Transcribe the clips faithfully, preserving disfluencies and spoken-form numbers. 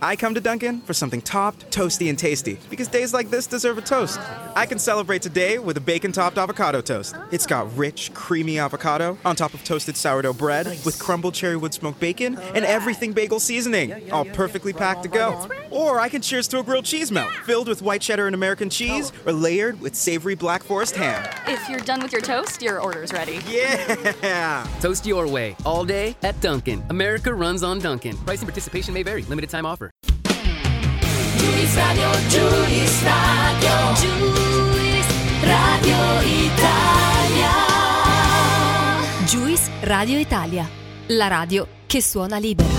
I come to Dunkin' for something topped, toasty, and tasty, because days like this deserve a toast. I can celebrate today with a bacon-topped avocado toast. It's got rich, creamy avocado on top of toasted sourdough bread with crumbled cherry wood smoked bacon and everything bagel seasoning, all perfectly packed to go. Or I can cheers to a grilled cheese melt filled with white cheddar and American cheese or layered with savory Black Forest ham. If you're done with your toast, your order's ready. Yeah! Toast your way, all day at Dunkin'. America runs on Dunkin'. Price and participation may vary. Limited time offer. Juice Radio, Juice Radio, Juice Radio Italia. Juice Radio Italia, la radio che suona libera.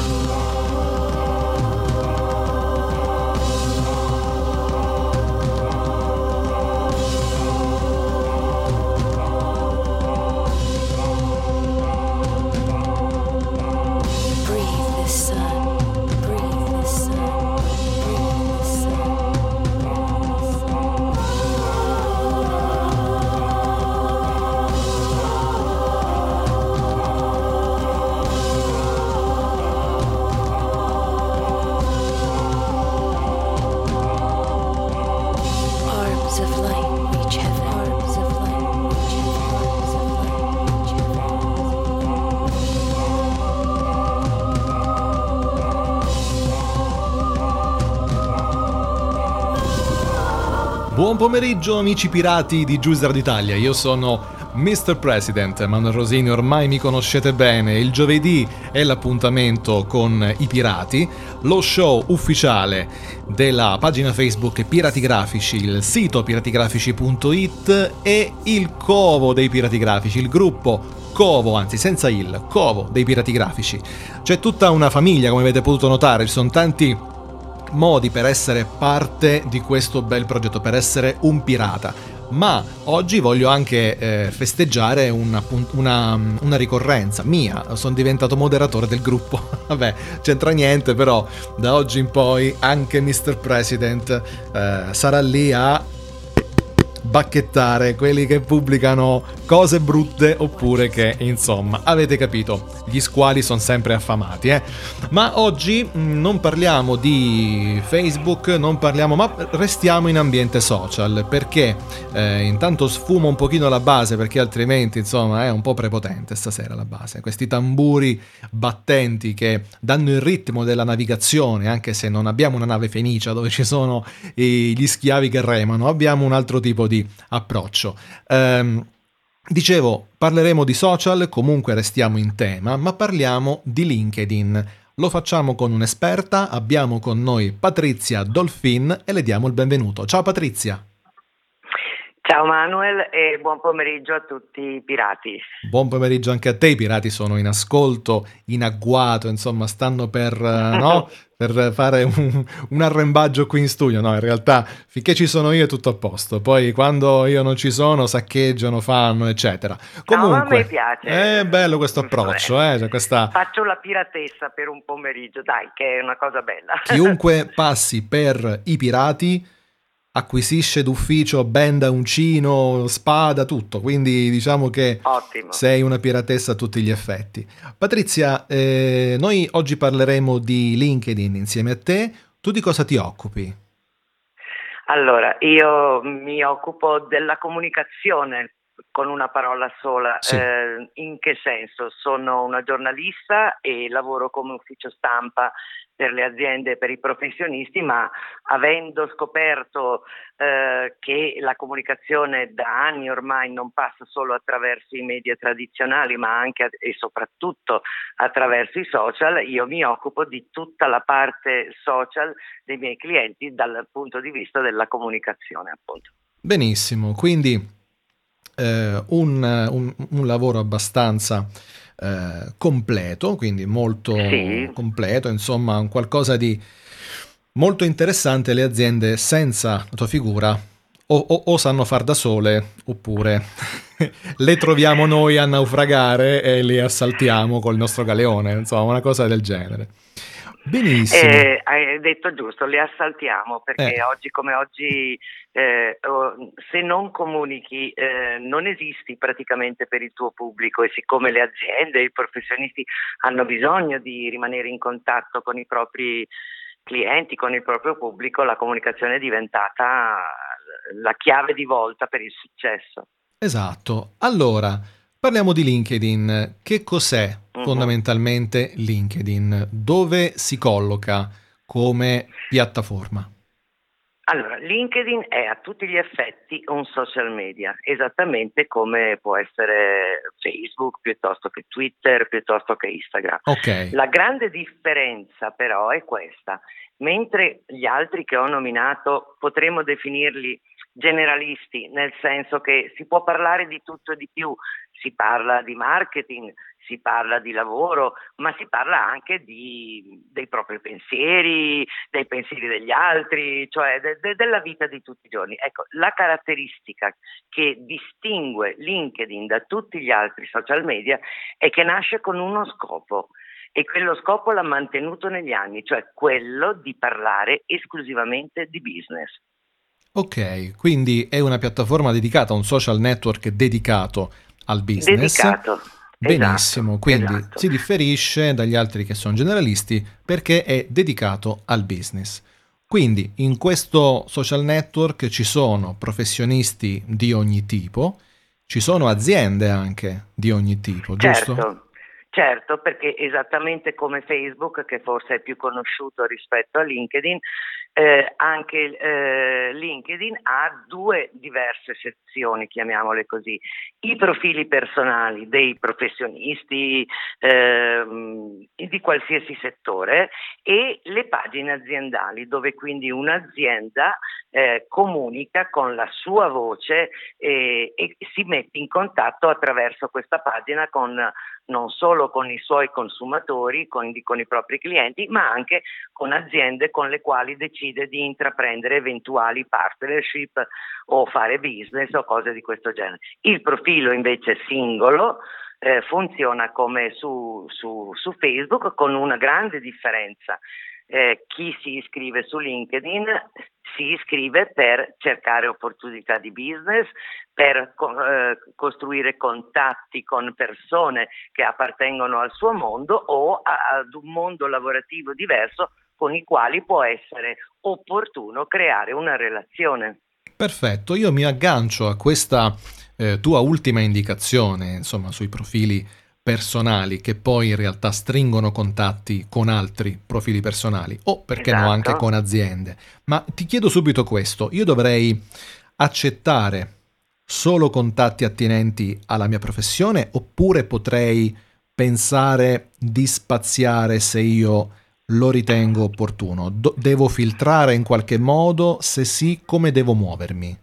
Buon pomeriggio amici pirati di Juice Radio Italia, io sono mister President, Manuel Rosini, ormai mi conoscete bene. Il giovedì è l'appuntamento con i pirati, lo show ufficiale della pagina Facebook Pirati Grafici, il sito piratigrafici punto it e il Covo dei Pirati Grafici, il gruppo Covo, anzi senza il, Covo dei Pirati Grafici. C'è tutta una famiglia, come avete potuto notare, ci sono tanti modi per essere parte di questo bel progetto, per essere un pirata. Ma oggi voglio anche eh, festeggiare una, una, una ricorrenza mia. Sono diventato moderatore del gruppo. Vabbè, c'entra niente, però da oggi in poi anche mister President eh, sarà lì a bacchettare quelli che pubblicano cose brutte oppure che, insomma, avete capito, gli squali sono sempre affamati, eh? Ma oggi mh, non parliamo di Facebook, non parliamo, ma restiamo in ambiente social, perché eh, intanto sfumo un pochino la base, perché altrimenti, insomma, è un po' prepotente stasera la base. Questi tamburi battenti che danno il ritmo della navigazione, anche se non abbiamo una nave fenicia dove ci sono i, gli schiavi che remano, abbiamo un altro tipo di approccio. Ehm, dicevo, parleremo di social, comunque restiamo in tema, ma parliamo di LinkedIn. Lo facciamo con un'esperta, abbiamo con noi Patrizia Dolfin e le diamo il benvenuto. Ciao Patrizia. Ciao Manuel e buon pomeriggio a tutti i pirati. Buon pomeriggio anche a te, i pirati sono in ascolto, in agguato, insomma stanno per, no? per fare un, un arrembaggio qui in studio. No, in realtà finché ci sono io è tutto a posto, poi quando io non ci sono saccheggiano, fanno eccetera. Comunque, no, a me piace. È bello questo approccio, eh? Cioè questa... Faccio la piratessa per un pomeriggio, dai, che è una cosa bella. Chiunque passi per i pirati acquisisce d'ufficio benda, uncino, spada, tutto, quindi diciamo che Ottimo. Sei una piratessa a tutti gli effetti. Patrizia, eh, noi oggi parleremo di LinkedIn insieme a te. Tu di cosa ti occupi? Allora, io mi occupo della comunicazione con una parola sola. Sì. Eh, in che senso? Sono una giornalista e lavoro come ufficio stampa per le aziende e per i professionisti, ma avendo scoperto eh, che la comunicazione da anni ormai non passa solo attraverso i media tradizionali, ma anche e soprattutto attraverso i social, io mi occupo di tutta la parte social dei miei clienti dal punto di vista della comunicazione, appunto. Benissimo, quindi eh, un, un, un lavoro abbastanza Eh, completo, quindi molto sì. completo, insomma un qualcosa di molto interessante. Le aziende senza la tua figura o, o, o sanno far da sole oppure le troviamo noi a naufragare e le assaltiamo col nostro galeone, insomma una cosa del genere. Benissimo. Eh, hai detto giusto, le assaltiamo perché Eh. oggi come oggi eh, se non comunichi eh, non esisti praticamente per il tuo pubblico, e siccome le aziende e i professionisti hanno bisogno di rimanere in contatto con i propri clienti, con il proprio pubblico, la comunicazione è diventata la chiave di volta per il successo. Esatto. Allora, parliamo di LinkedIn. Che cos'è Mhm. fondamentalmente LinkedIn? Dove si colloca come piattaforma? Allora, LinkedIn è a tutti gli effetti un social media, esattamente come può essere Facebook, piuttosto che Twitter, piuttosto che Instagram. Ok. La grande differenza però è questa: mentre gli altri che ho nominato potremmo definirli generalisti, nel senso che si può parlare di tutto e di più, si parla di marketing, si parla di lavoro, ma si parla anche di, dei propri pensieri, dei pensieri degli altri, cioè de, de, della vita di tutti i giorni. Ecco, la caratteristica che distingue LinkedIn da tutti gli altri social media è che nasce con uno scopo, e quello scopo l'ha mantenuto negli anni, cioè quello di parlare esclusivamente di business. Ok, quindi è una piattaforma dedicata, un social network dedicato al business. Dedicato. Benissimo, Esatto, quindi esatto. si differisce dagli altri che sono generalisti perché è dedicato al business. Quindi in questo social network ci sono professionisti di ogni tipo, ci sono aziende anche di ogni tipo, giusto? Certo. Certo, perché esattamente come Facebook, che forse è più conosciuto rispetto a LinkedIn, eh, anche eh, LinkedIn ha due diverse sezioni, chiamiamole così: i profili personali dei professionisti eh, di qualsiasi settore e le pagine aziendali, dove quindi un'azienda eh, comunica con la sua voce eh, e si mette in contatto attraverso questa pagina con non solo con i suoi consumatori, con, con i propri clienti, ma anche con aziende con le quali decide di intraprendere eventuali partnership o fare business o cose di questo genere. Il profilo invece singolo eh, funziona come su, su, su Facebook, con una grande differenza. Eh, chi si iscrive su LinkedIn si iscrive per cercare opportunità di business, per eh, costruire contatti con persone che appartengono al suo mondo o a, ad un mondo lavorativo diverso con i quali può essere opportuno creare una relazione. Perfetto, io mi aggancio a questa eh, tua ultima indicazione, insomma, sui profili personali che poi in realtà stringono contatti con altri profili personali o perché no anche Esatto. con aziende. Ma ti chiedo subito questo: io dovrei accettare solo contatti attinenti alla mia professione oppure potrei pensare di spaziare se io lo ritengo opportuno? Do- devo filtrare in qualche modo? Se sì, come devo muovermi?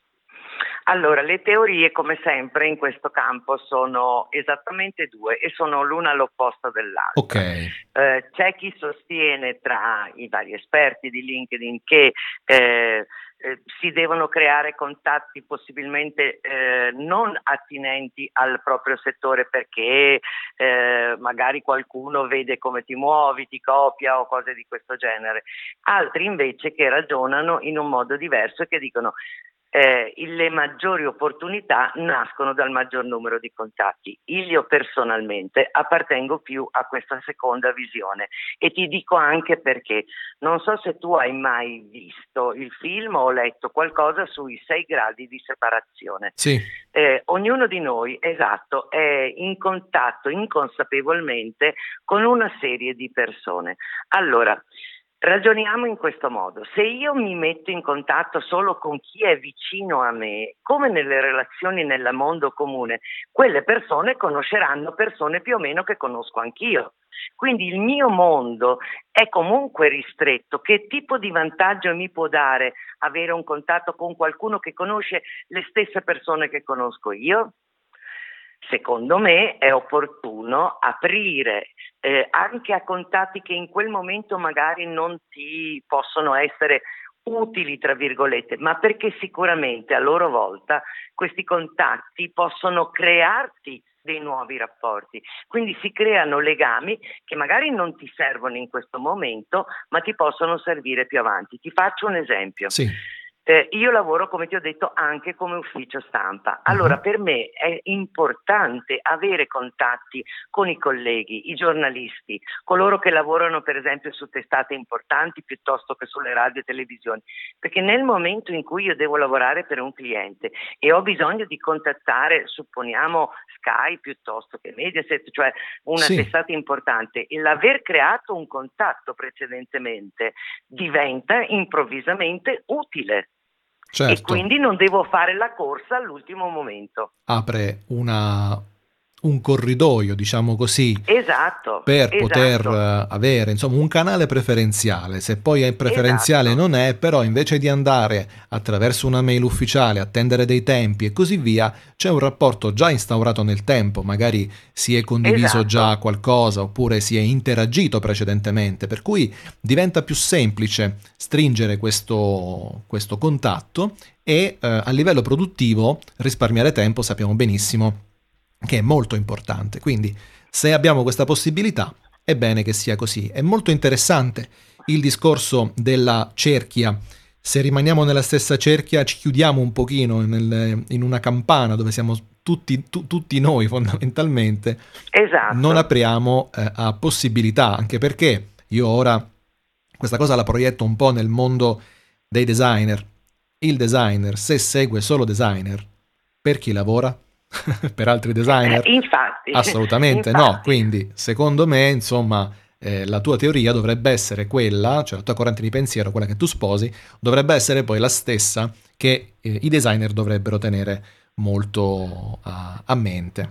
Allora, le teorie, come sempre in questo campo, sono esattamente due e sono l'una all'opposto dell'altra. Ok. Eh, c'è chi sostiene, tra i vari esperti di LinkedIn, che eh, eh, si devono creare contatti possibilmente eh, non attinenti al proprio settore perché eh, magari qualcuno vede come ti muovi, ti copia o cose di questo genere. Altri invece che ragionano in un modo diverso e che dicono: Eh, le maggiori opportunità nascono dal maggior numero di contatti. Io personalmente appartengo più a questa seconda visione e ti dico anche perché. Non so se tu hai mai visto il film o letto qualcosa sui sei gradi di separazione. Sì. Eh, ognuno di noi, esatto, è in contatto inconsapevolmente con una serie di persone. Allora, ragioniamo in questo modo: se io mi metto in contatto solo con chi è vicino a me, come nelle relazioni nel mondo comune, quelle persone conosceranno persone più o meno che conosco anch'io. Quindi il mio mondo è comunque ristretto. Che tipo di vantaggio mi può dare avere un contatto con qualcuno che conosce le stesse persone che conosco io? Secondo me è opportuno aprire eh, anche a contatti che in quel momento magari non ti possono essere utili, tra virgolette, ma perché sicuramente a loro volta questi contatti possono crearti dei nuovi rapporti. Quindi si creano legami che magari non ti servono in questo momento, ma ti possono servire più avanti. Ti faccio un esempio. Sì. Eh, io lavoro, come ti ho detto, anche come ufficio stampa. Allora, uh-huh. per me è importante avere contatti con i colleghi, i giornalisti, coloro che lavorano per esempio su testate importanti piuttosto che sulle radio e televisioni, perché nel momento in cui io devo lavorare per un cliente e ho bisogno di contattare, supponiamo, Sky piuttosto che Mediaset, cioè una sì. testata importante, e l'aver creato un contatto precedentemente diventa improvvisamente utile. Certo. E quindi non devo fare la corsa all'ultimo momento. Apre una, un corridoio, diciamo così, esatto, per esatto. poter avere insomma un canale preferenziale. Se poi è preferenziale esatto. non è, però invece di andare attraverso una mail ufficiale, attendere dei tempi e così via, c'è un rapporto già instaurato nel tempo, magari si è condiviso esatto. già qualcosa oppure si è interagito precedentemente, per cui diventa più semplice stringere questo, questo contatto e eh, a livello produttivo risparmiare tempo sappiamo benissimo che è molto importante. Quindi se abbiamo questa possibilità è bene che sia così. È molto interessante il discorso della cerchia. Se rimaniamo nella stessa cerchia ci chiudiamo un pochino nel, in una campana dove siamo tutti, tu, tutti noi fondamentalmente. Esatto. Non apriamo eh, a possibilità, anche perché io ora questa cosa la proietto un po' nel mondo dei designer. Il designer, se segue solo designer, per chi lavora? Per altri designer? Eh, infatti. Assolutamente infatti. no. Quindi, secondo me, insomma, eh, la tua teoria dovrebbe essere quella, cioè la tua corrente di pensiero, quella che tu sposi, dovrebbe essere poi la stessa che eh, i designer dovrebbero tenere molto a, a mente.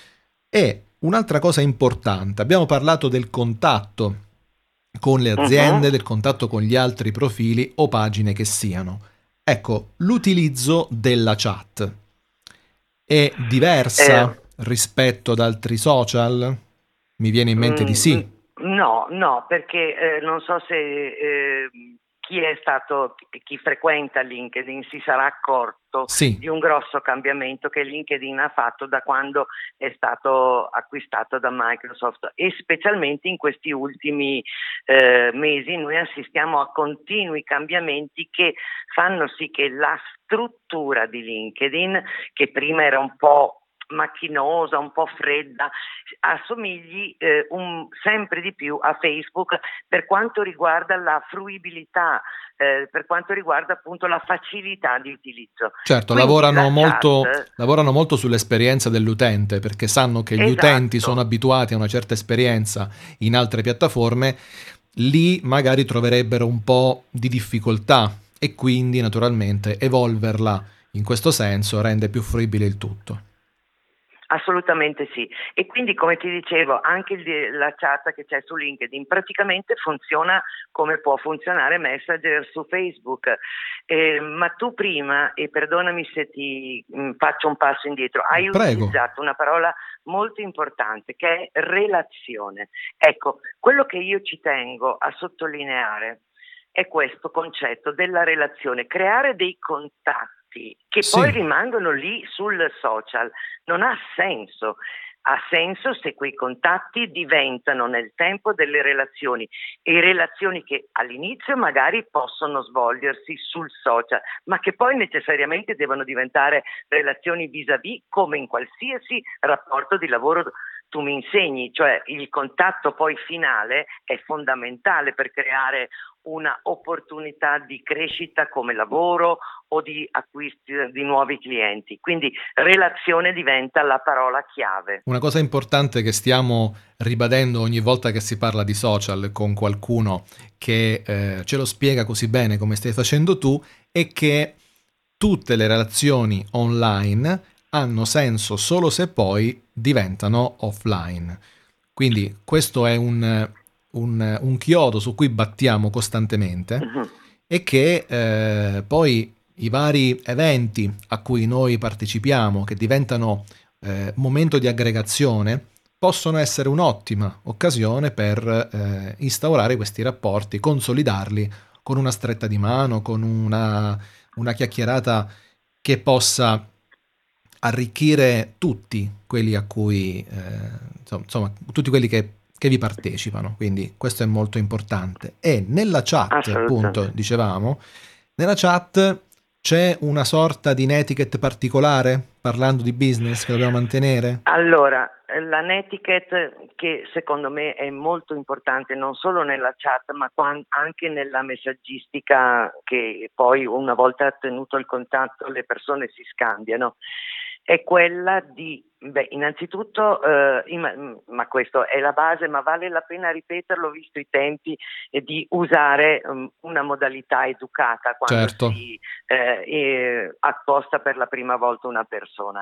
E un'altra cosa importante, abbiamo parlato del contatto con le aziende, uh-huh. del contatto con gli altri profili o pagine che siano. Ecco, l'utilizzo della chat è diversa eh, rispetto ad altri social? Mi viene in mente mm, di sì. No, no, perché eh, non so se eh, chi è stato, chi frequenta LinkedIn si sarà accorto sì. di un grosso cambiamento che LinkedIn ha fatto da quando è stato acquistato da Microsoft, e specialmente in questi ultimi eh, mesi noi assistiamo a continui cambiamenti che fanno sì che la struttura di LinkedIn, che prima era un po' macchinosa, un po' fredda, assomigli eh, un, sempre di più a Facebook per quanto riguarda la fruibilità, eh, per quanto riguarda appunto la facilità di utilizzo. Certo, Quindi lavorano molto, chat... lavorano molto sull'esperienza dell'utente, perché sanno che gli esatto. utenti sono abituati a una certa esperienza in altre piattaforme, lì magari troverebbero un po' di difficoltà e quindi naturalmente evolverla in questo senso rende più fruibile il tutto. Assolutamente sì, e quindi come ti dicevo anche il, la chat che c'è su LinkedIn praticamente funziona come può funzionare Messenger su Facebook, eh, ma tu prima, e perdonami se ti mh, faccio un passo indietro, hai Prego. utilizzato una parola molto importante che è relazione. Ecco, quello che io ci tengo a sottolineare è questo concetto della relazione, creare dei contatti che sì. poi rimangono lì sul social. Non ha senso. Ha senso se quei contatti diventano nel tempo delle relazioni, e relazioni che all'inizio magari possono svolgersi sul social, ma che poi necessariamente devono diventare relazioni vis-à-vis, come in qualsiasi rapporto di lavoro tu mi insegni, cioè il contatto poi finale è fondamentale per creare una opportunità di crescita come lavoro o di acquisti di nuovi clienti. Quindi relazione diventa la parola chiave. Una cosa importante che stiamo ribadendo ogni volta che si parla di social con qualcuno che eh, ce lo spiega così bene come stai facendo tu è che tutte le relazioni online hanno senso solo se poi diventano offline. Quindi questo è un, un, un chiodo su cui battiamo costantemente uh-huh. e che eh, poi i vari eventi a cui noi partecipiamo, che diventano eh, momento di aggregazione, possono essere un'ottima occasione per eh, instaurare questi rapporti, consolidarli con una stretta di mano, con una, una chiacchierata che possa arricchire tutti quelli a cui eh, insomma tutti quelli che, che vi partecipano, quindi questo è molto importante. E nella chat, appunto, dicevamo, nella chat c'è una sorta di netiquette particolare, parlando di business, che dobbiamo mantenere? Allora, la netiquette, che secondo me è molto importante non solo nella chat ma anche nella messaggistica, che poi una volta ottenuto il contatto le persone si scambiano, è quella di, beh, innanzitutto, eh, ma questo è la base, ma vale la pena ripeterlo visto i tempi, eh, di usare um, una modalità educata quando certo. si eh, eh, accosta per la prima volta una persona.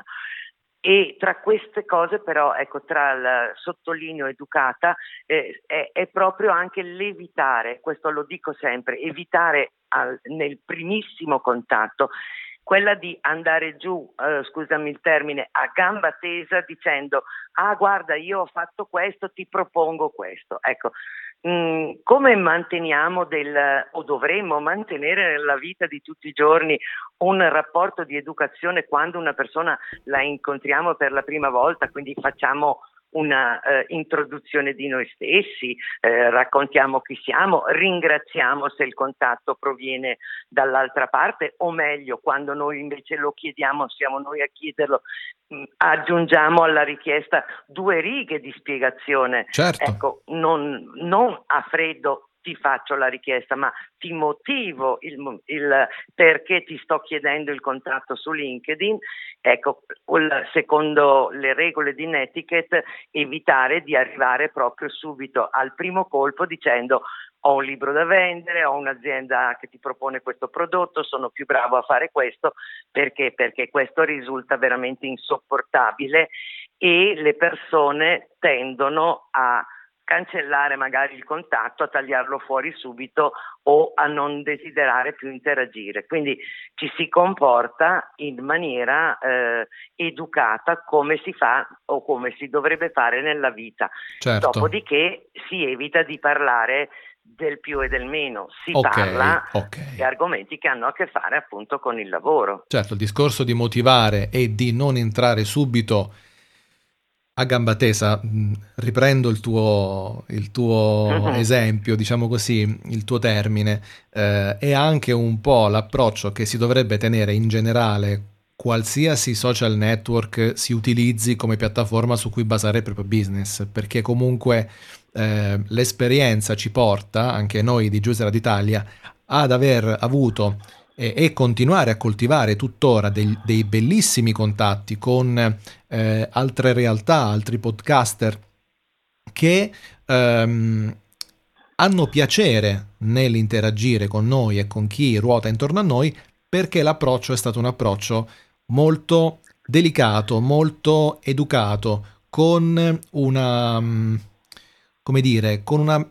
E tra queste cose però, ecco, tra il sottolineo educata, eh, è, è proprio anche l'evitare, questo lo dico sempre, evitare al, nel primissimo contatto quella di andare giù, eh, scusami il termine, a gamba tesa dicendo ah guarda io ho fatto questo, ti propongo questo. Ecco, mh, come manteniamo del, o dovremmo mantenere nella vita di tutti i giorni un rapporto di educazione quando una persona la incontriamo per la prima volta, quindi facciamo una eh, introduzione di noi stessi, eh, raccontiamo chi siamo, ringraziamo se il contatto proviene dall'altra parte, o meglio, quando noi invece lo chiediamo, siamo noi a chiederlo, mh, aggiungiamo alla richiesta due righe di spiegazione. Certo. Ecco, non, non a freddo ti faccio la richiesta, ma ti motivo il, il perché ti sto chiedendo il contatto su LinkedIn. Ecco, secondo le regole di netiquette, evitare di arrivare proprio subito al primo colpo dicendo ho un libro da vendere, ho un'azienda che ti propone questo prodotto, sono più bravo a fare questo, perché? Perché questo risulta veramente insopportabile e le persone tendono a cancellare magari il contatto, a tagliarlo fuori subito o a non desiderare più interagire. Quindi ci si comporta in maniera eh, educata, come si fa o come si dovrebbe fare nella vita. Certo. Dopodiché si evita di parlare del più e del meno, si okay, parla okay. di argomenti che hanno a che fare appunto con il lavoro. Certo, il discorso di motivare e di non entrare subito a gamba tesa, riprendo il tuo, il tuo uh-huh. esempio, diciamo così, il tuo termine, eh, è anche un po' l'approccio che si dovrebbe tenere in generale qualsiasi social network si utilizzi come piattaforma su cui basare il proprio business, perché comunque eh, l'esperienza ci porta, anche noi di Giuseppe d'Italia, ad aver avuto e, e continuare a coltivare tuttora dei, dei bellissimi contatti con eh, altre realtà, altri podcaster che ehm, hanno piacere nell'interagire con noi e con chi ruota intorno a noi, perché l'approccio è stato un approccio molto delicato, molto educato, con una, come dire, con una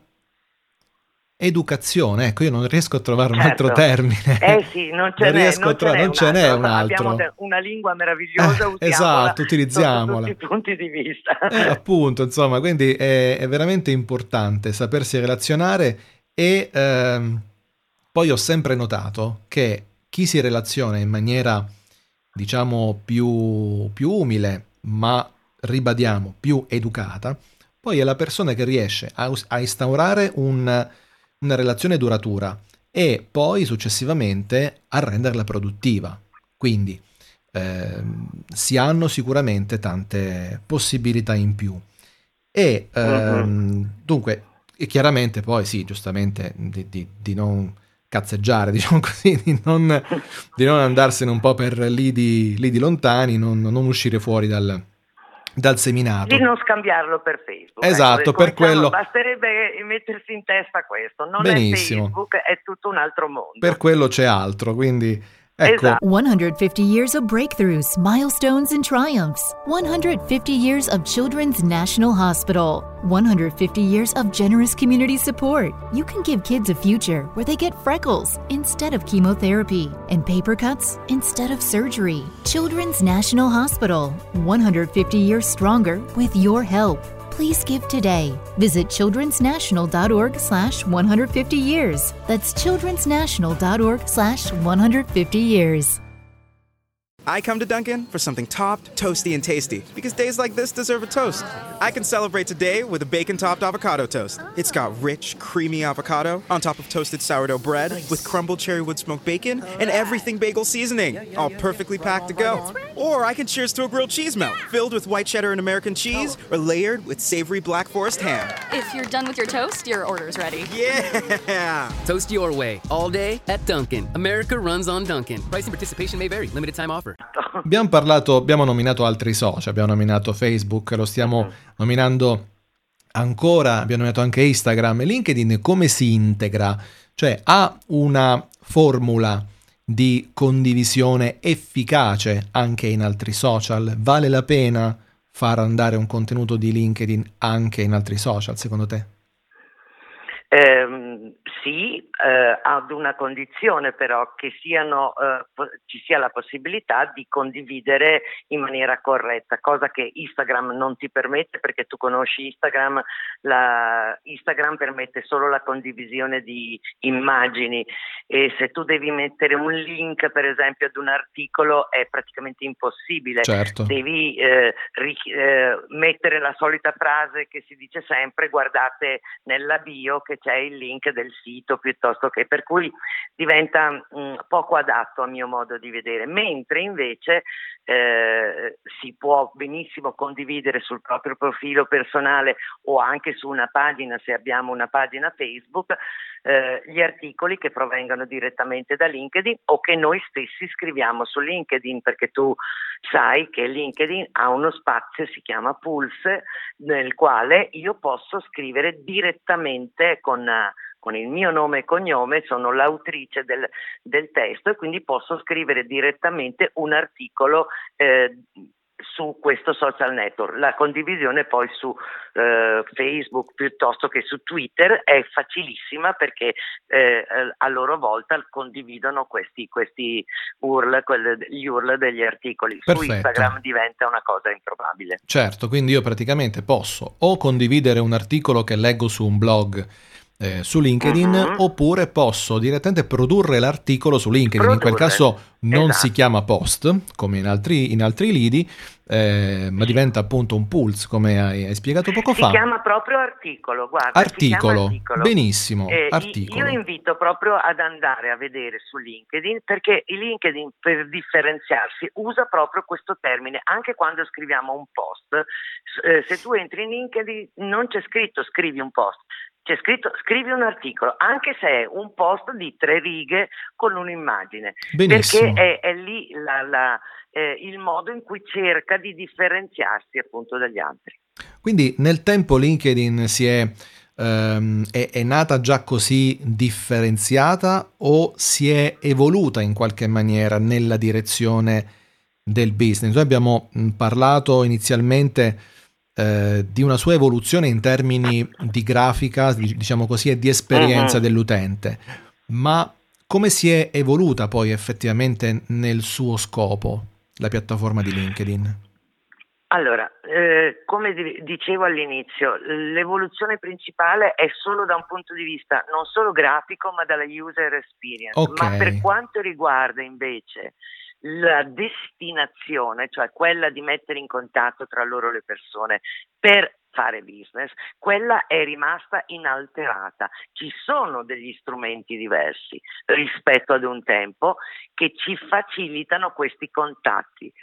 educazione. Ecco, io non riesco a trovare certo. un altro termine. Eh sì, non ce non n'è, riesco non a trovare, ce n'è non ce n'è un altro. Abbiamo una lingua meravigliosa, eh, esatto, utilizziamola. Da tutti i punti di vista. Eh, appunto, insomma, quindi è, è veramente importante sapersi relazionare e ehm, poi ho sempre notato che chi si relaziona in maniera, diciamo, più, più umile, ma ribadiamo, più educata, poi è la persona che riesce a, a instaurare un, una relazione duratura e poi successivamente a renderla produttiva. Quindi ehm, si hanno sicuramente tante possibilità in più. E ehm, uh-huh. dunque, e chiaramente poi sì, giustamente, di, di, di non cazzeggiare, diciamo così, di non, di non andarsene un po' per lidi, lidi lontani, non, non uscire fuori dal, dal seminato. Di non scambiarlo per Facebook. Esatto, ecco, per quello... Basterebbe mettersi in testa questo, non Benissimo. È Facebook, è tutto un altro mondo. Per quello c'è altro, quindi... Ecco. Esatto. one hundred fifty years of breakthroughs, milestones, and triumphs. one hundred fifty years of Children's National Hospital. one hundred fifty years of generous community support. You can give kids a future where they get freckles instead of chemotherapy and paper cuts instead of surgery. Children's National Hospital. one hundred fifty years stronger with your help. Please give today. Visit childrensnational.org slash 150 years. That's childrensnational.org slash 150 years. I come to Dunkin' for something topped, toasty, and tasty, because days like this deserve a toast. I can celebrate today with a bacon-topped avocado toast. It's got rich, creamy avocado on top of toasted sourdough bread with crumbled cherry wood smoked bacon and everything bagel seasoning, all perfectly packed to go. Or I can cheers to a grilled cheese melt filled with white cheddar and American cheese or layered with savory Black Forest ham. If you're done with your toast, your order's ready. Yeah! Toast your way, all day at Dunkin'. America runs on Dunkin'. Price and participation may vary. Limited time offer. Abbiamo parlato, abbiamo nominato altri social, abbiamo nominato Facebook, lo stiamo nominando ancora, abbiamo nominato anche Instagram. LinkedIn come si integra? Cioè ha una formula di condivisione efficace anche in altri social? Vale la pena far andare un contenuto di LinkedIn anche in altri social, secondo te? Eh, sì, eh, ad una condizione però che siano, eh, po- ci sia la possibilità di condividere in maniera corretta, cosa che Instagram non ti permette, perché tu conosci Instagram, la, Instagram permette solo la condivisione di immagini e se tu devi mettere un link per esempio ad un articolo è praticamente impossibile. Certo. Devi eh, ri- eh, mettere la solita frase che si dice sempre: guardate nella bio che c'è il link del sito, piuttosto che, per cui diventa mh, poco adatto a mio modo di vedere, mentre invece eh, si può benissimo condividere sul proprio profilo personale o anche su una pagina, se abbiamo una pagina Facebook, eh, gli articoli che provengono direttamente da LinkedIn o che noi stessi scriviamo su LinkedIn, perché tu sai che LinkedIn ha uno spazio, si chiama Pulse, nel quale io posso scrivere direttamente con, con il mio nome e cognome, sono l'autrice del, del testo e quindi posso scrivere direttamente un articolo eh, su questo social network. La condivisione poi su eh, Facebook piuttosto che su Twitter è facilissima, perché eh, a loro volta condividono questi, questi U R L, quelle, gli U R L degli articoli. Perfetto. Su Instagram diventa una cosa improbabile. Certo, quindi io praticamente posso o condividere un articolo che leggo su un blog eh, su LinkedIn, uh-huh. oppure posso direttamente produrre l'articolo su LinkedIn. Produrre. In quel caso non esatto. si chiama post come in altri, in altri lidi, eh, ma diventa appunto un pulse, come hai, hai spiegato poco si fa. Si chiama proprio articolo, guarda. Articolo, articolo. benissimo, eh, articolo. Io invito proprio ad andare a vedere su LinkedIn, perché il LinkedIn, per differenziarsi, usa proprio questo termine. Anche quando scriviamo un post, eh, se tu entri in LinkedIn non c'è scritto scrivi un post, c'è scritto scrivi un articolo, anche se è un post di tre righe con un'immagine. Benissimo. Perché è, è lì la, la, eh, il modo in cui cerca di differenziarsi appunto dagli altri. Quindi nel tempo LinkedIn si è, ehm, è, è nata già così differenziata o si è evoluta in qualche maniera nella direzione del business? Noi abbiamo parlato inizialmente Eh, di una sua evoluzione in termini di grafica, diciamo così, e di esperienza uh-huh. dell'utente, ma come si è evoluta poi effettivamente nel suo scopo la piattaforma di LinkedIn? Allora, eh, come dicevo all'inizio, l'evoluzione principale è solo da un punto di vista non solo grafico, ma dalla user experience. Okay. Ma per quanto riguarda invece la destinazione, cioè quella di mettere in contatto tra loro le persone per fare business, quella è rimasta inalterata. Ci sono degli strumenti diversi rispetto ad un tempo che ci facilitano questi contatti.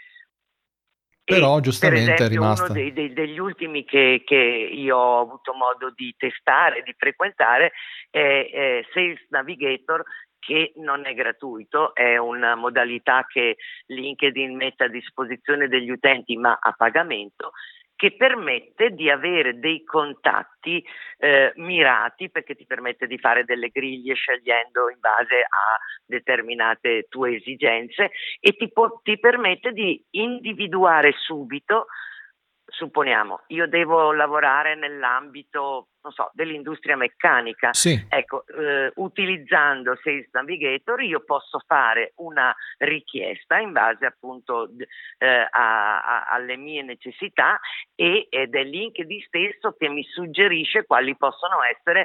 Però e, giustamente per esempio, è rimasta. Uno dei, dei, degli ultimi che, che io ho avuto modo di testare, di frequentare, è, è Sales Navigator, che non è gratuito, è una modalità che LinkedIn mette a disposizione degli utenti ma a pagamento, che permette di avere dei contatti eh, mirati, perché ti permette di fare delle griglie scegliendo in base a determinate tue esigenze e ti, po- ti permette di individuare subito. Supponiamo, io devo lavorare nell'ambito, non so, dell'industria meccanica. Sì. Ecco, eh, utilizzando Sales Navigator io posso fare una richiesta in base appunto eh, a, a, alle mie necessità e ed è LinkedIn stesso che mi suggerisce quali possono essere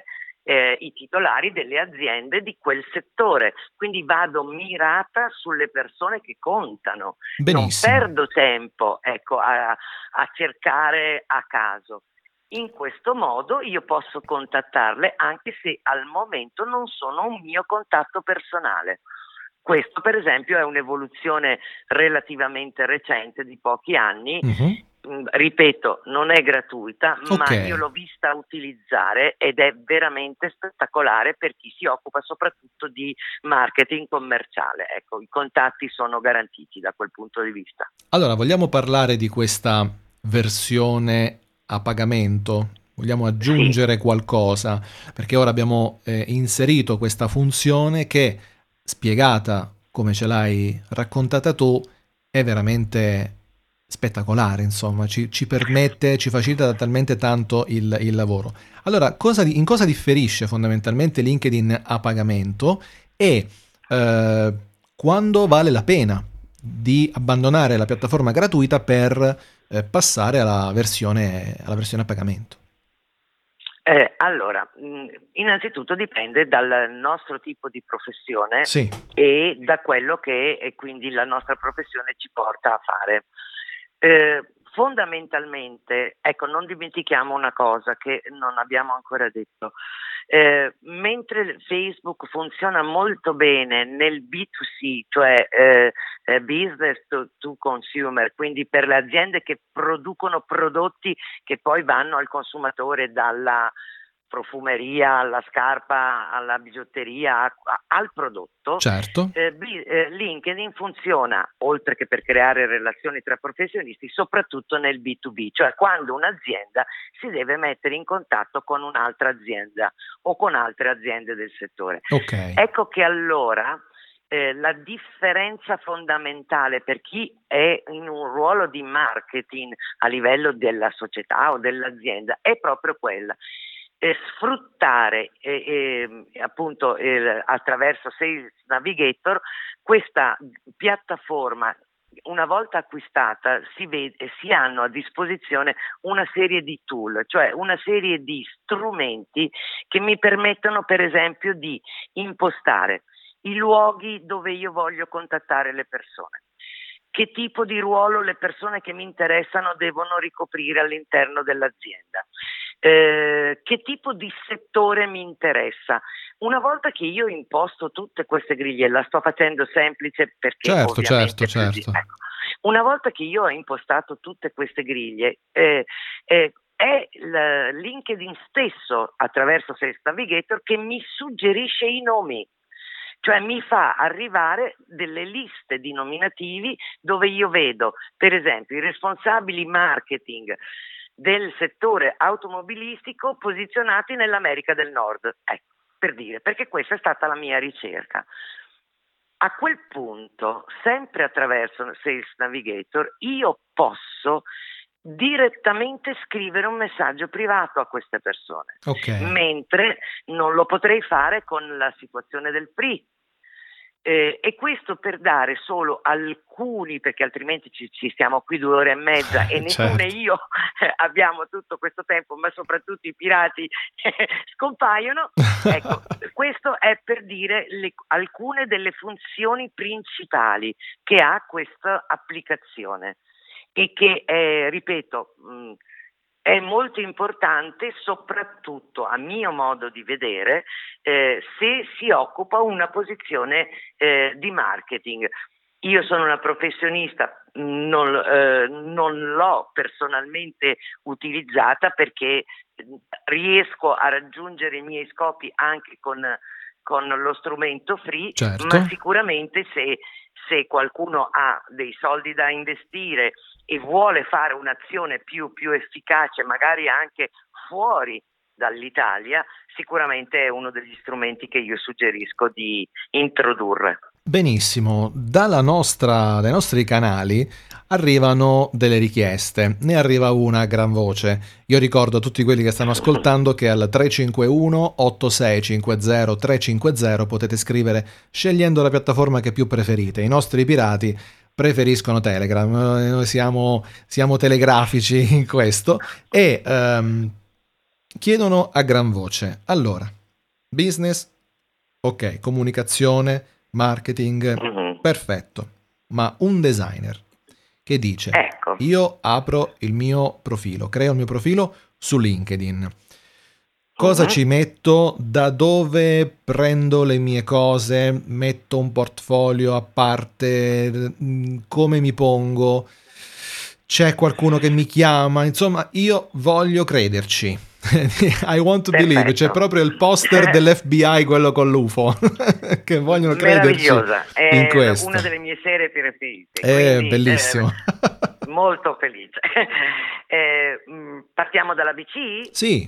eh, i titolari delle aziende di quel settore, quindi vado mirata sulle persone che contano. Benissimo. Non perdo tempo, ecco, a, a cercare a caso. In questo modo io posso contattarle anche se al momento non sono un mio contatto personale. Questo per esempio è un'evoluzione relativamente recente di pochi anni. Uh-huh. Ripeto, non è gratuita, okay. ma io l'ho vista utilizzare ed è veramente spettacolare per chi si occupa soprattutto di marketing commerciale. Ecco, i contatti sono garantiti da quel punto di vista. Allora, vogliamo parlare di questa versione a pagamento? Vogliamo aggiungere sì. qualcosa? Perché ora abbiamo eh, inserito questa funzione che, spiegata come ce l'hai raccontata tu, è veramente spettacolare, insomma, ci, ci permette, ci facilita talmente tanto il, il lavoro. Allora, cosa, in cosa differisce fondamentalmente LinkedIn a pagamento e eh, quando vale la pena di abbandonare la piattaforma gratuita per eh, passare alla versione, alla versione a pagamento? Eh, allora, innanzitutto dipende dal nostro tipo di professione sì. e da quello che e quindi la nostra professione ci porta a fare. Eh, fondamentalmente, ecco, non dimentichiamo una cosa che non abbiamo ancora detto. Eh, mentre Facebook funziona molto bene nel B due C, cioè eh, eh, business to, to consumer, quindi per le aziende che producono prodotti che poi vanno al consumatore, dalla profumeria alla scarpa alla bigiotteria a, a, al prodotto, certo. eh, B, eh, LinkedIn funziona, oltre che per creare relazioni tra professionisti, soprattutto nel B due B, cioè quando un'azienda si deve mettere in contatto con un'altra azienda o con altre aziende del settore. Okay. Ecco che allora eh, la differenza fondamentale per chi è in un ruolo di marketing a livello della società o dell'azienda è proprio quella. Eh, sfruttare eh, eh, appunto eh, attraverso Sales Navigator questa piattaforma. Una volta acquistata si vede, si hanno a disposizione una serie di tool, cioè una serie di strumenti che mi permettono per esempio di impostare i luoghi dove io voglio contattare le persone, che tipo di ruolo le persone che mi interessano devono ricoprire all'interno dell'azienda, eh, che tipo di settore mi interessa. Una volta che io imposto tutte queste griglie, la sto facendo semplice perché certo, ovviamente certo, così, certo. Ecco, una volta che io ho impostato tutte queste griglie, eh, eh, è il LinkedIn stesso attraverso Sales Navigator che mi suggerisce i nomi. Cioè mi fa arrivare delle liste di nominativi dove io vedo, per esempio, i responsabili marketing del settore automobilistico posizionati nell'America del Nord. Ecco, per dire, perché questa è stata la mia ricerca. A quel punto, sempre attraverso Sales Navigator, io posso direttamente scrivere un messaggio privato a queste persone, okay. mentre non lo potrei fare con la situazione del P R I. Eh, e questo per dare solo alcuni, perché altrimenti ci, ci stiamo qui due ore e mezza e certo. nessuno e io eh, abbiamo tutto questo tempo, ma soprattutto i pirati eh, scompaiono. Ecco, questo è per dire le, alcune delle funzioni principali che ha questa applicazione e che, eh, ripeto, mh, è molto importante, soprattutto a mio modo di vedere, eh, se si occupa una posizione eh, di marketing. Io sono una professionista, non, eh, non l'ho personalmente utilizzata perché riesco a raggiungere i miei scopi anche con, con lo strumento free, certo. ma sicuramente se, se qualcuno ha dei soldi da investire e vuole fare un'azione più, più efficace, magari anche fuori dall'Italia, sicuramente è uno degli strumenti che io suggerisco di introdurre. Benissimo, dalla nostra, dai nostri canali arrivano delle richieste, ne arriva una a gran voce. Io ricordo a tutti quelli che stanno ascoltando che al tre cinque uno otto sei cinque zero tre cinque zero potete scrivere scegliendo la piattaforma che più preferite. I nostri pirati preferiscono Telegram, noi siamo, siamo telegrafici in questo e um, chiedono a gran voce. Allora, business, ok, comunicazione, marketing, Mhm. perfetto. Ma un designer che dice, Ecco. io apro il mio profilo, creo il mio profilo su LinkedIn. Cosa Mhm. ci metto? Da dove prendo le mie cose? Metto un portfolio a parte? Mm, Come mi pongo? C'è qualcuno che mi chiama? Insomma, io voglio crederci. I want to believe. C'è Perfetto. proprio il poster dell'F B I, quello con l'U F O, che vogliono crederci Meravigliosa, in è questo. una delle mie serie preferite. È quindi, bellissimo. eh, molto felice. Eh, mh, partiamo dall'A B C? Sì,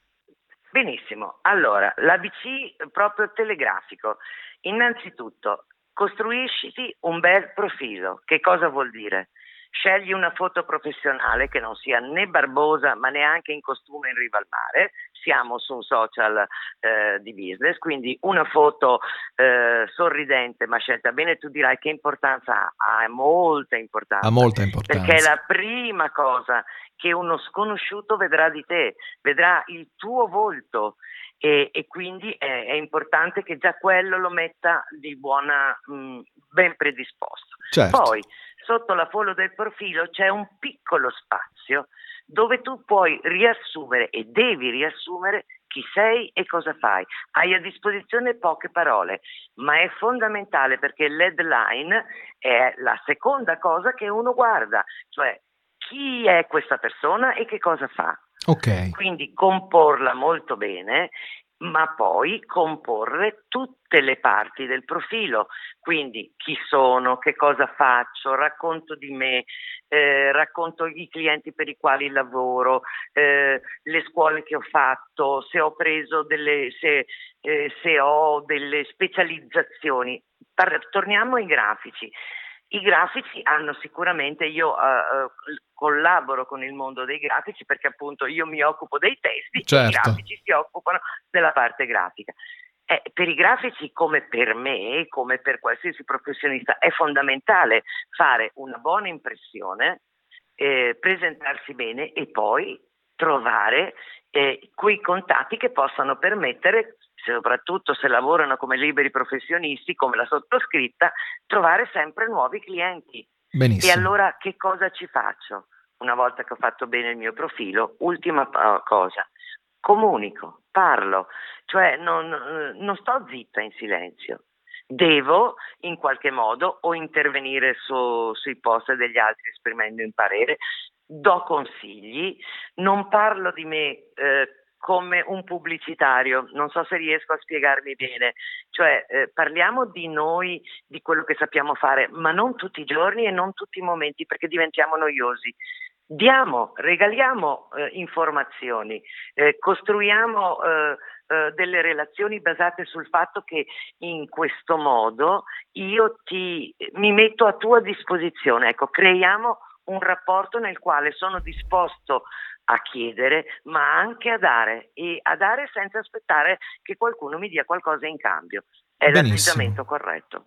Benissimo, allora l'A B C proprio telegrafico. Innanzitutto, costruisciti un bel profilo. Che cosa vuol dire? Scegli una foto professionale che non sia né barbosa ma neanche in costume in riva al mare. Siamo su un social eh, di business, quindi una foto eh, sorridente ma scelta bene. Tu dirai che importanza ha? Ha molta importanza. ha molta Perché è importanza. la prima cosa che uno sconosciuto vedrà di te, vedrà il tuo volto e, e quindi è, è importante che già quello lo metta di buona, mh, ben predisposto. Certo. Poi, sotto la foto del profilo c'è un piccolo spazio dove tu puoi riassumere e devi riassumere chi sei e cosa fai. Hai a disposizione poche parole, ma è fondamentale perché l'headline è la seconda cosa che uno guarda, cioè chi è questa persona e che cosa fa. Ok. Quindi comporla molto bene, ma poi comporre tutte le parti del profilo, quindi chi sono, che cosa faccio, racconto di me, eh, racconto i clienti per i quali lavoro, eh, le scuole che ho fatto, se ho preso delle, se, eh, se ho delle specializzazioni. Par- torniamo ai grafici. I grafici hanno sicuramente, io uh, collaboro con il mondo dei grafici perché appunto io mi occupo dei testi, Certo. i grafici si occupano della parte grafica. Eh, per i grafici, come per me, come per qualsiasi professionista, è fondamentale fare una buona impressione, eh, presentarsi bene e poi trovare eh, quei contatti che possano permettere, soprattutto se lavorano come liberi professionisti, come la sottoscritta, trovare sempre nuovi clienti. Benissimo. E allora che cosa ci faccio? Una volta che ho fatto bene il mio profilo, ultima uh, cosa, comunico, parlo, cioè non, non sto zitta in silenzio. Devo in qualche modo o intervenire su, sui post degli altri esprimendo un parere, do consigli, non parlo di me eh, come un pubblicitario, non so se riesco a spiegarmi bene, cioè eh, parliamo di noi, di quello che sappiamo fare, ma non tutti i giorni e non tutti i momenti perché diventiamo noiosi. Diamo, regaliamo eh, informazioni, eh, costruiamo eh, eh, delle relazioni basate sul fatto che in questo modo io ti mi metto a tua disposizione, ecco, creiamo un rapporto nel quale sono disposto a chiedere ma anche a dare e a dare senza aspettare che qualcuno mi dia qualcosa in cambio. È Benissimo. l'atteggiamento corretto.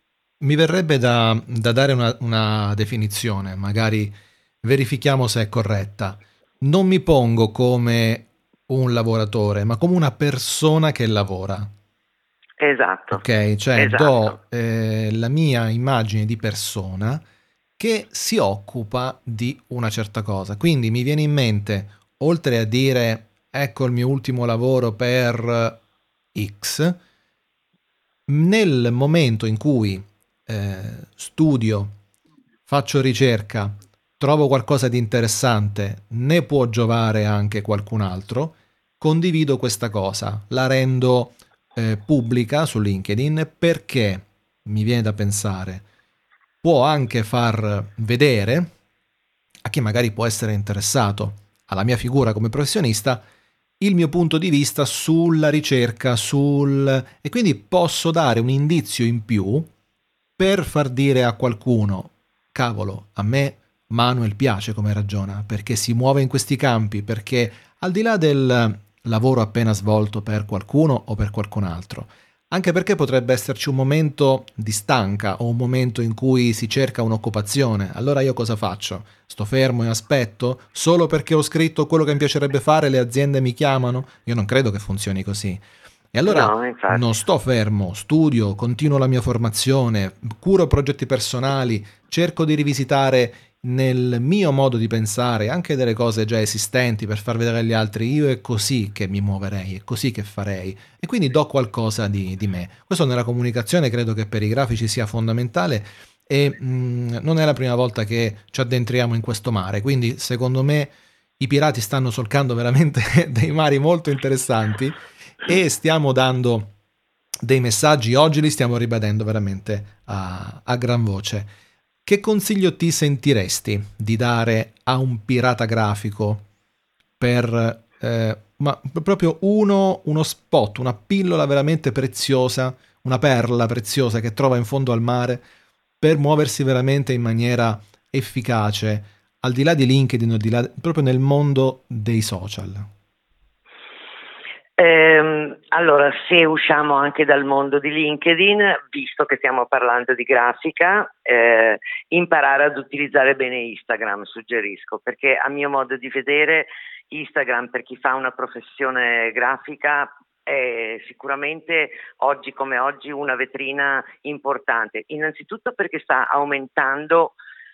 Mi verrebbe da, da dare una, una definizione, magari verifichiamo se è corretta. Non mi pongo come un lavoratore, ma come una persona che lavora. Esatto. Ok, cioè esatto. do eh, la mia immagine di persona che si occupa di una certa cosa. Quindi mi viene in mente, oltre a dire ecco il mio ultimo lavoro per X, nel momento in cui eh, studio, faccio ricerca, trovo qualcosa di interessante, ne può giovare anche qualcun altro, condivido questa cosa, la rendo eh, pubblica su LinkedIn perché, mi viene da pensare, può anche far vedere a chi magari può essere interessato alla mia figura come professionista il mio punto di vista sulla ricerca, sul e quindi posso dare un indizio in più per far dire a qualcuno cavolo, a me Manuel piace come ragiona, perché si muove in questi campi, perché al di là del lavoro appena svolto per qualcuno o per qualcun altro, anche perché potrebbe esserci un momento di stanca o un momento in cui si cerca un'occupazione. Allora io cosa faccio? Sto fermo e aspetto? Solo perché ho scritto quello che mi piacerebbe fare le aziende mi chiamano? Io non credo che funzioni così. E allora No, infatti. non sto fermo, studio, continuo la mia formazione, curo progetti personali, cerco di rivisitare nel mio modo di pensare anche delle cose già esistenti per far vedere agli altri io è così che mi muoverei, è così che farei, e quindi do qualcosa di, di me. Questo nella comunicazione credo che per i grafici sia fondamentale e mh, non è la prima volta che ci addentriamo in questo mare, quindi secondo me i pirati stanno solcando veramente dei mari molto interessanti e stiamo dando dei messaggi, oggi li stiamo ribadendo veramente a, a gran voce. Che consiglio ti sentiresti di dare a un pirata grafico per eh, ma proprio uno, uno spot, una pillola veramente preziosa, una perla preziosa che trova in fondo al mare per muoversi veramente in maniera efficace al di là di LinkedIn, al di là, proprio nel mondo dei social? Ehm, allora, se usciamo anche dal mondo di LinkedIn, visto che stiamo parlando di grafica, eh, imparare ad utilizzare bene Instagram, suggerisco, perché a mio modo di vedere Instagram per chi fa una professione grafica è sicuramente oggi come oggi una vetrina importante, innanzitutto perché sta aumentando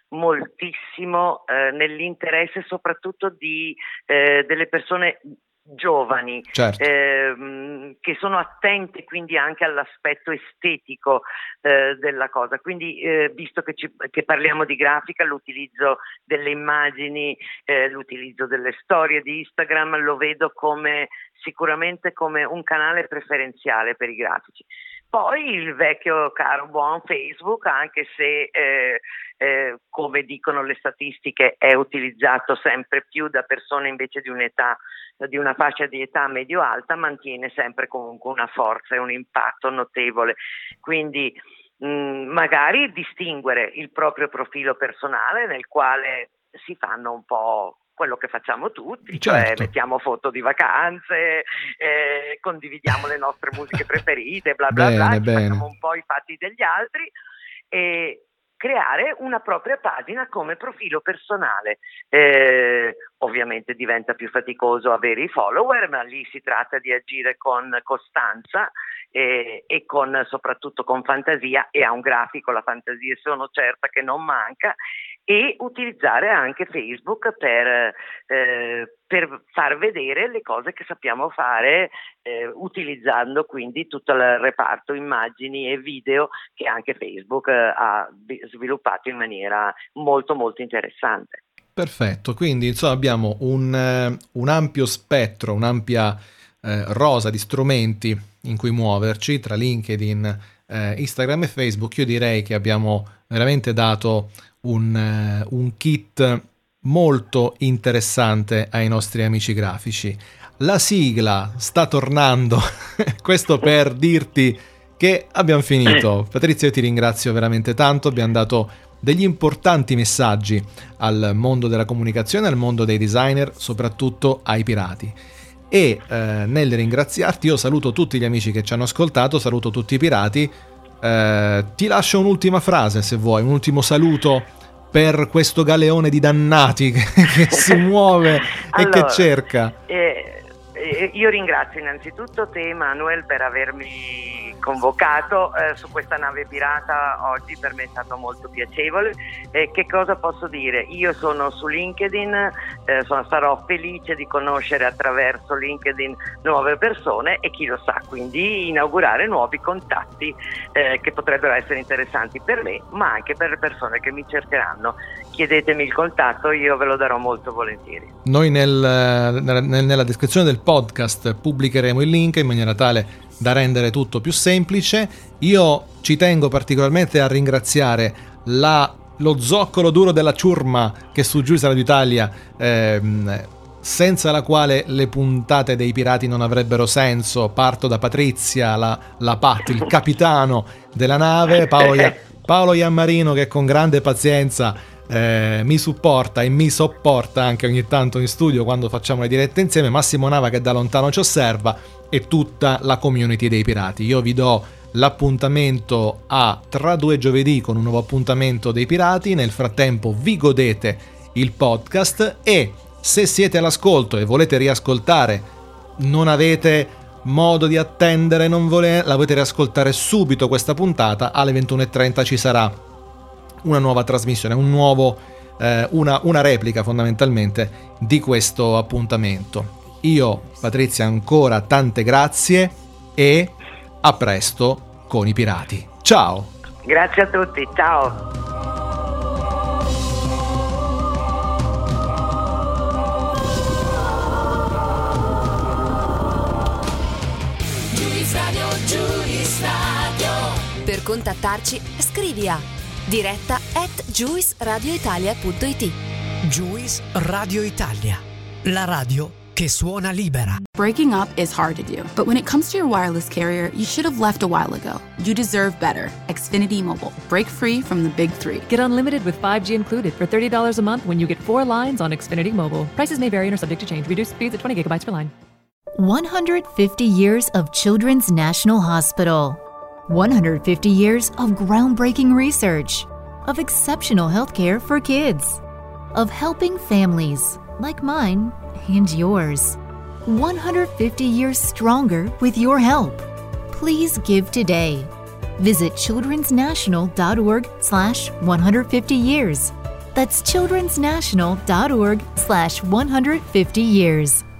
moltissimo eh, nell'interesse soprattutto di eh, delle persone giovani, certo. ehm, che sono attente quindi anche all'aspetto estetico eh, della cosa, quindi eh, visto che, ci, che parliamo di grafica, l'utilizzo delle immagini, eh, l'utilizzo delle storie di Instagram lo vedo come sicuramente come un canale preferenziale per i grafici. Poi il vecchio caro buon Facebook, anche se eh, eh, come dicono le statistiche è utilizzato sempre più da persone invece di un'età, di una fascia di età medio-alta, mantiene sempre comunque una forza e un impatto notevole. Quindi mh, magari distinguere il proprio profilo personale nel quale si fanno un po' quello che facciamo tutti, certo. Cioè mettiamo foto di vacanze, eh, condividiamo le nostre musiche preferite, bla bla bene, bla, ci bene. facciamo un po' i fatti degli altri e creare una propria pagina come profilo personale. Eh, ovviamente diventa più faticoso avere i follower, ma lì si tratta di agire con costanza e, e con soprattutto con fantasia, e a un grafico la fantasia sono certa che non manca, e utilizzare anche Facebook per, eh, per far vedere le cose che sappiamo fare, eh, utilizzando quindi tutto il reparto immagini e video che anche Facebook eh, ha sviluppato in maniera molto molto interessante. Perfetto, quindi insomma abbiamo un, uh, un ampio spettro, un'ampia uh, rosa di strumenti in cui muoverci tra LinkedIn, uh, Instagram e Facebook. Io direi che abbiamo veramente dato un, uh, un kit molto interessante ai nostri amici grafici. La sigla sta tornando, questo per dirti che abbiamo finito. Patrizia, io ti ringrazio veramente tanto, abbiamo dato degli importanti messaggi al mondo della comunicazione, al mondo dei designer, soprattutto ai pirati. E eh, nel ringraziarti io saluto tutti gli amici che ci hanno ascoltato, saluto tutti i pirati, eh, ti lascio un'ultima frase se vuoi, un ultimo saluto per questo galeone di dannati che, che si muove allora, e che cerca. Eh, eh, io ringrazio innanzitutto te, Manuel, per avermi convocato eh, su questa nave pirata oggi. Per me è stato molto piacevole. Eh, che cosa posso dire? Io sono su LinkedIn, eh, sono, sarò felice di conoscere attraverso LinkedIn nuove persone e chi lo sa, quindi inaugurare nuovi contatti eh, che potrebbero essere interessanti per me, ma anche per le persone che mi cercheranno. Chiedetemi il contatto, io ve lo darò molto volentieri. Noi nel, nella, nella descrizione del podcast pubblicheremo il link in maniera tale da rendere tutto più semplice. Io ci tengo particolarmente a ringraziare la, lo zoccolo duro della ciurma che su Giulia Radio Italia, ehm, senza la quale le puntate dei pirati non avrebbero senso. Parto da Patrizia, la, la Pat, il capitano della nave, Paolo, Ia, Paolo Iammarino, che con grande pazienza Eh, mi supporta e mi sopporta anche ogni tanto in studio quando facciamo le dirette insieme, Massimo Nava che da lontano ci osserva, e tutta la community dei pirati. Io vi do l'appuntamento a tra due giovedì con un nuovo appuntamento dei pirati. Nel frattempo vi godete il podcast, e se siete all'ascolto e volete riascoltare, non avete modo di attendere, non vole- la potete ascoltare subito questa puntata. Alle ventuno e trenta ci sarà una nuova trasmissione, un nuovo, eh, una, una replica fondamentalmente di questo appuntamento. Io, Patrizia, ancora tante grazie e a presto con i pirati. Ciao! Grazie a tutti, ciao! Per contattarci scrivi a diretta at juice radio italia punto it. Juice Radio Italia, la radio che suona libera. Breaking up is hard to do, but when it comes to your wireless carrier, you should have left a while ago. You deserve better. Xfinity Mobile. Break free from the big three. Get unlimited with five G included for thirty dollars a month when you get four lines on Xfinity Mobile. Prices may vary and are subject to change. Reduced speeds at twenty gigabytes per line. one hundred fifty years of Children's National Hospital. one hundred fifty years of groundbreaking research, of exceptional healthcare for kids, of helping families like mine and yours. one hundred fifty years stronger with your help. Please give today. Visit childrensnational.org slash 150 years. That's childrensnational.org slash 150 years.